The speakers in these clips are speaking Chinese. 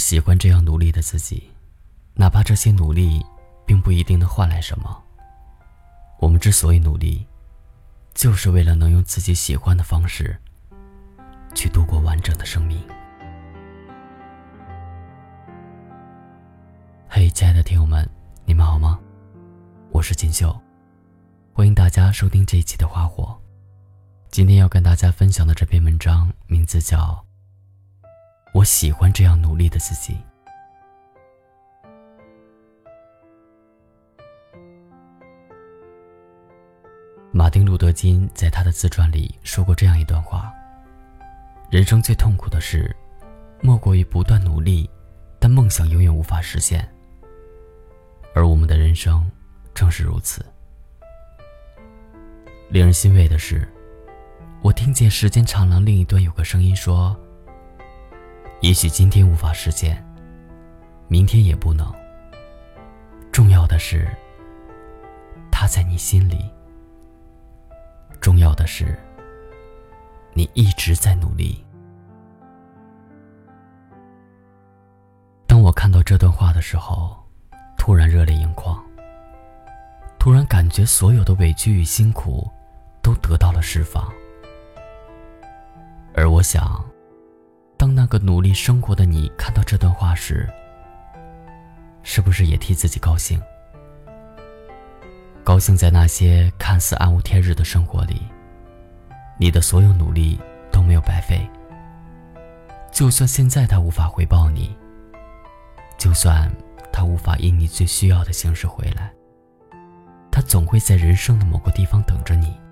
喜欢这样努力的自己，哪怕这些努力并不一定能换来什么。我们之所以努力，就是为了能用自己喜欢的方式去度过完整的生命。嘿，亲爱的听友们，你们好吗？我是锦绣，欢迎大家收听这一期的花火。今天要跟大家分享的这篇文章名字叫我喜欢这样努力的自己。马丁·路德·金在他的自传里说过这样一段话：人生最痛苦的事，莫过于不断努力，但梦想永远无法实现。而我们的人生正是如此。令人欣慰的是，我听见时间长廊另一端有个声音说，也许今天无法实现，明天也不能，重要的是它在你心里，重要的是你一直在努力。当我看到这段话的时候，突然热泪盈眶，突然感觉所有的委屈与辛苦都得到了释放。而我想，当那个努力生活的你看到这段话时，是不是也替自己高兴？高兴在那些看似暗无天日的生活里，你的所有努力都没有白费。就算现在他无法回报你，就算他无法以你最需要的形式回来，他总会在人生的某个地方等着你。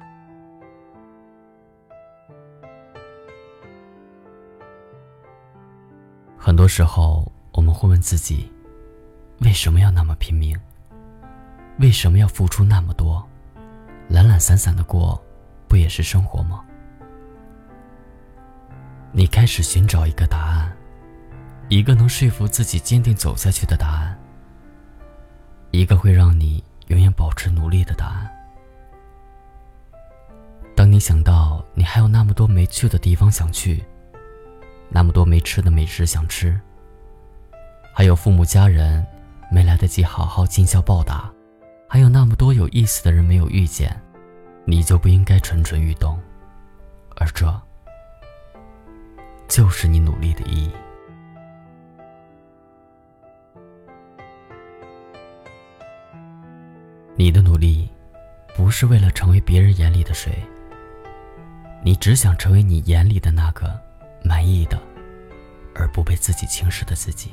很多时候我们会问自己，为什么要那么拼命？为什么要付出那么多？懒懒散散的过，不也是生活吗？你开始寻找一个答案，一个能说服自己坚定走下去的答案，一个会让你永远保持努力的答案。当你想到你还有那么多没去的地方想去，那么多没吃的美食想吃，还有父母家人没来得及好好尽孝报答，还有那么多有意思的人没有遇见，你就不应该蠢蠢欲动，而这就是你努力的意义。你的努力不是为了成为别人眼里的谁，你只想成为你眼里的那个满意的而不被自己轻视的自己。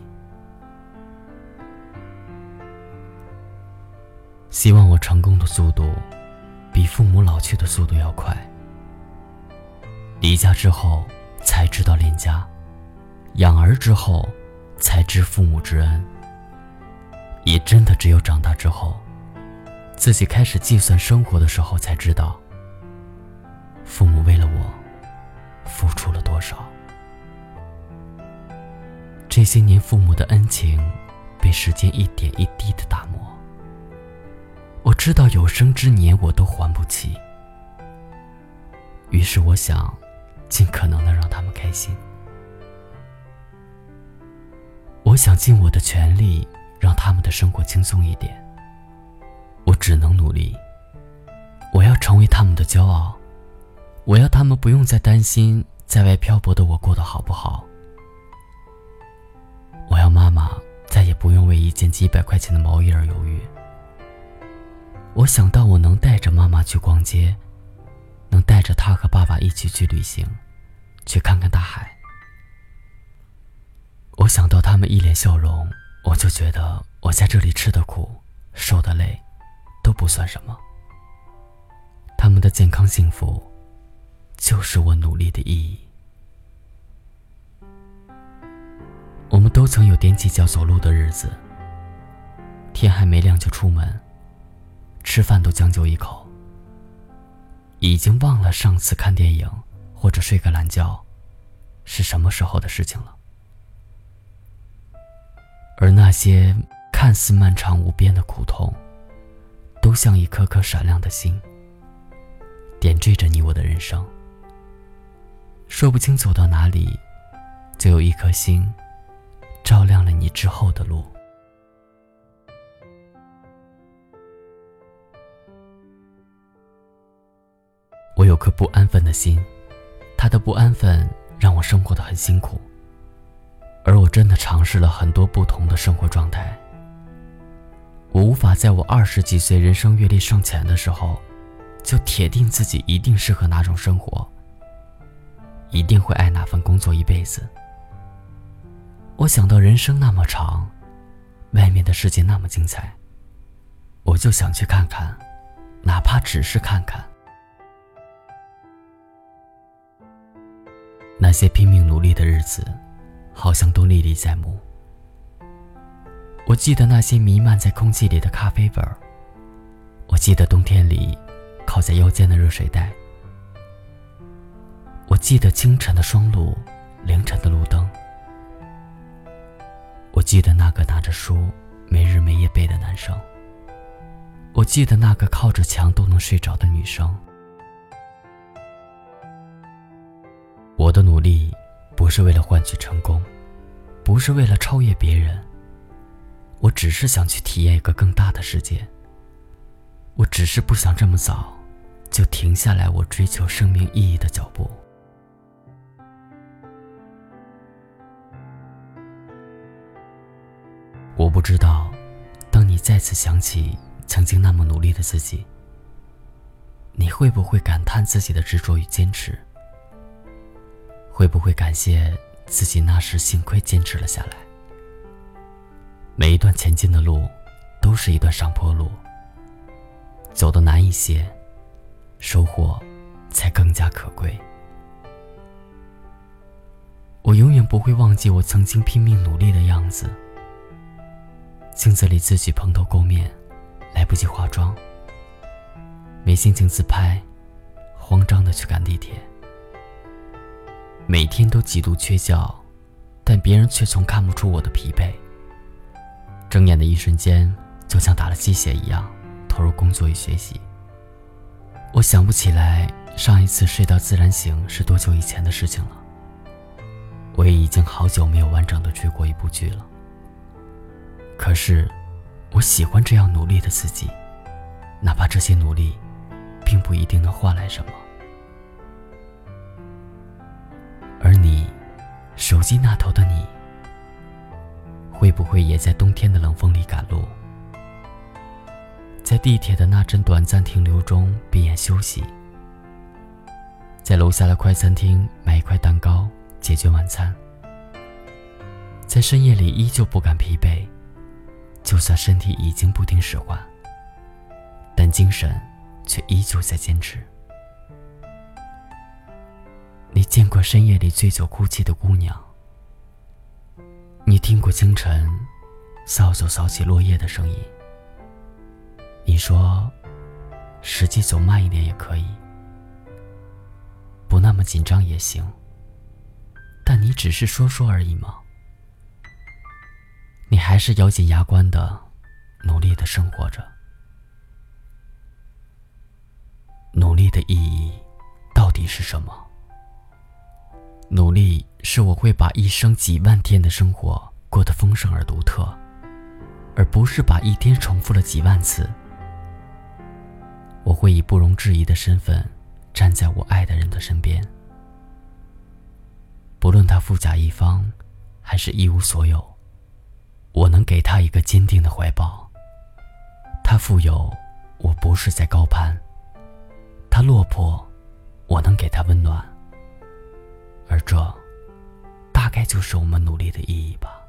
希望我成功的速度比父母老去的速度要快。离家之后才知道恋家，养儿之后才知父母之恩。也真的只有长大之后，自己开始计算生活的时候，才知道父母为了我付出了多少。这些年父母的恩情被时间一点一滴地打磨，我知道有生之年我都还不起。于是我想尽可能的让他们开心，我想尽我的全力让他们的生活轻松一点。我只能努力，我要成为他们的骄傲，我要他们不用再担心在外漂泊的我过得好不好。我要妈妈再也不用为一件几百块钱的毛衣而犹豫。我想到我能带着妈妈去逛街，能带着她和爸爸一起去旅行，去看看大海。我想到他们一脸笑容，我就觉得我在这里吃的苦，受的累都不算什么。他们的健康幸福就是我努力的意义。我们都曾有踮起脚走路的日子，天还没亮就出门，吃饭都将就一口，已经忘了上次看电影或者睡个懒觉是什么时候的事情了。而那些看似漫长无边的苦痛，都像一颗颗闪亮的星，点缀着你我的人生。说不清走到哪里，就有一颗星照亮了你之后的路。我有颗不安分的心，他的不安分让我生活得很辛苦，而我真的尝试了很多不同的生活状态。我无法在我20几岁人生阅历尚浅的时候就铁定自己一定适合哪种生活，一定会爱哪份工作一辈子。我想到人生那么长，外面的世界那么精彩，我就想去看看，哪怕只是看看。那些拼命努力的日子好像都历历在目。我记得那些弥漫在空气里的咖啡味儿，我记得冬天里靠在腰间的热水袋，我记得清晨的霜露，凌晨的路灯，我记得那个拿着书没日没夜背的男生，我记得那个靠着墙都能睡着的女生。我的努力不是为了换取成功，不是为了超越别人，我只是想去体验一个更大的世界。我只是不想这么早就停下来我追求生命意义的脚步。我不知道，当你再次想起曾经那么努力的自己，你会不会感叹自己的执着与坚持？会不会感谢自己那时幸亏坚持了下来？每一段前进的路都是一段上坡路，走得难一些，收获才更加可贵。我永远不会忘记我曾经拼命努力的样子，镜子里自己蓬头垢面，来不及化妆，没心情自拍，慌张地去赶地铁。每天都极度缺觉，但别人却从看不出我的疲惫。睁眼的一瞬间，就像打了鸡血一样，投入工作与学习。我想不起来上一次睡到自然醒是多久以前的事情了。我也已经好久没有完整的追过一部剧了。可是，我喜欢这样努力的自己，哪怕这些努力，并不一定能换来什么。而你，手机那头的你，会不会也在冬天的冷风里赶路，在地铁的那阵短暂停留中闭眼休息，在楼下的快餐厅买一块蛋糕解决晚餐，在深夜里依旧不感疲惫，就算身体已经不听使唤，但精神却依旧在坚持。你见过深夜里醉酒哭泣的姑娘，你听过清晨扫帚扫起落叶的声音。你说实际走慢一点也可以，不那么紧张也行，但你只是说说而已吗？你还是咬紧牙关的努力的生活着。努力的意义到底是什么？努力是我会把一生几万天的生活过得丰盛而独特，而不是把一天重复了几万次。我会以不容置疑的身份站在我爱的人的身边，不论他富甲一方还是一无所有，我能给他一个坚定的怀抱。他富有，我不是在高攀；他落魄，我能给他温暖。而这大概就是我们努力的意义吧。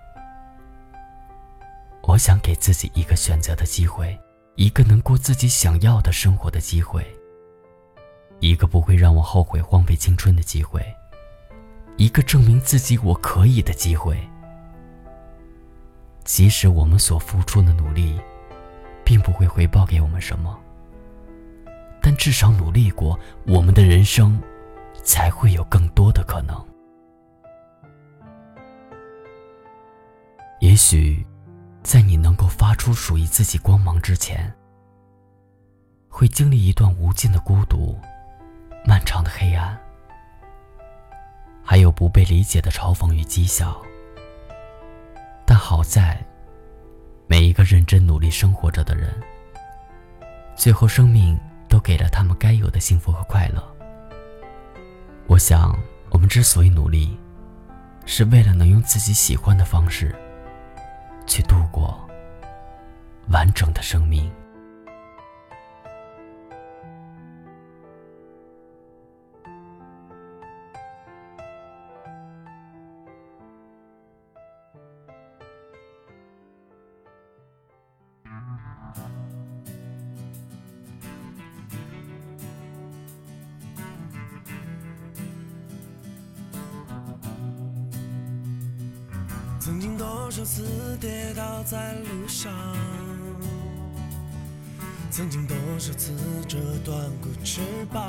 我想给自己一个选择的机会，一个能过自己想要的生活的机会，一个不会让我后悔荒废青春的机会，一个证明自己我可以的机会。即使我们所付出的努力并不会回报给我们什么，但至少努力过，我们的人生才会有更多的可能。也许在你能够发出属于自己光芒之前，会经历一段无尽的孤独，漫长的黑暗，还有不被理解的嘲讽与讥笑， 好在，每一个认真努力生活着的人，最后生命都给了他们该有的幸福和快乐。我想，我们之所以努力，是为了能用自己喜欢的方式去度过完整的生命。 曾经多少次跌倒在路上，曾经多少次折断过翅膀，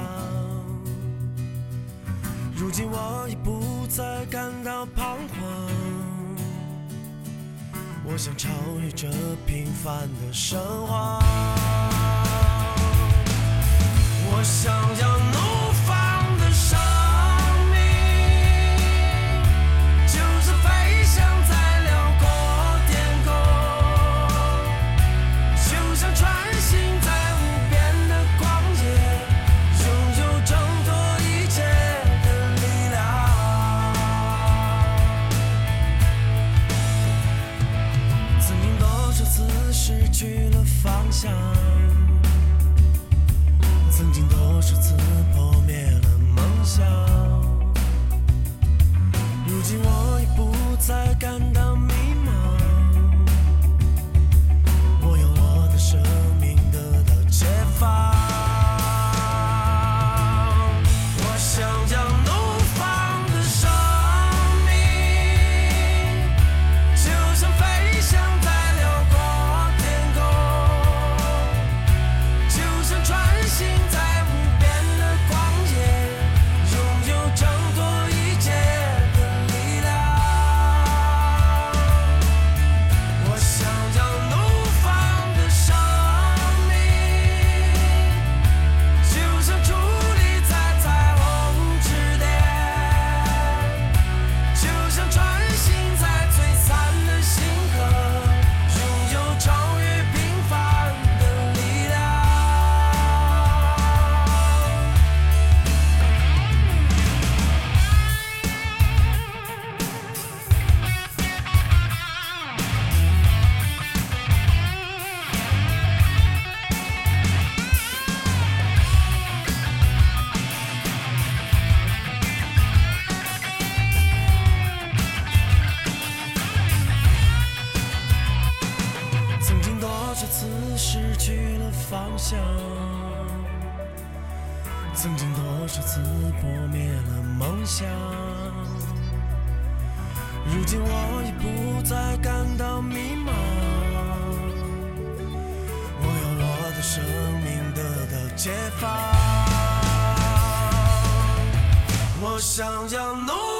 如今我已不再感到彷徨，我想超越这平凡的生活，我想要怒放的生命，就是飞翔在辽国天空，就像穿行在无边的旷野，拥有挣脱一切的力量。曾经多少次失去了方向，曾经多少次破灭了梦想，如今我已不再感到迷茫，我用我的生命得到解放，我想要怒放的生命，就像飞翔在辽国天空，就像穿行在无边的旷野，拥有挣脱一切的力量。我想要怒放的生命，就像矗立在彩虹之巅，就像穿行在璀璨的星河，拥有超越平凡的力量。曾经多少次失去了方向，曾经多少次破灭了梦想，如今我已不再感到迷茫，我用我的生命得到解放，我想要怒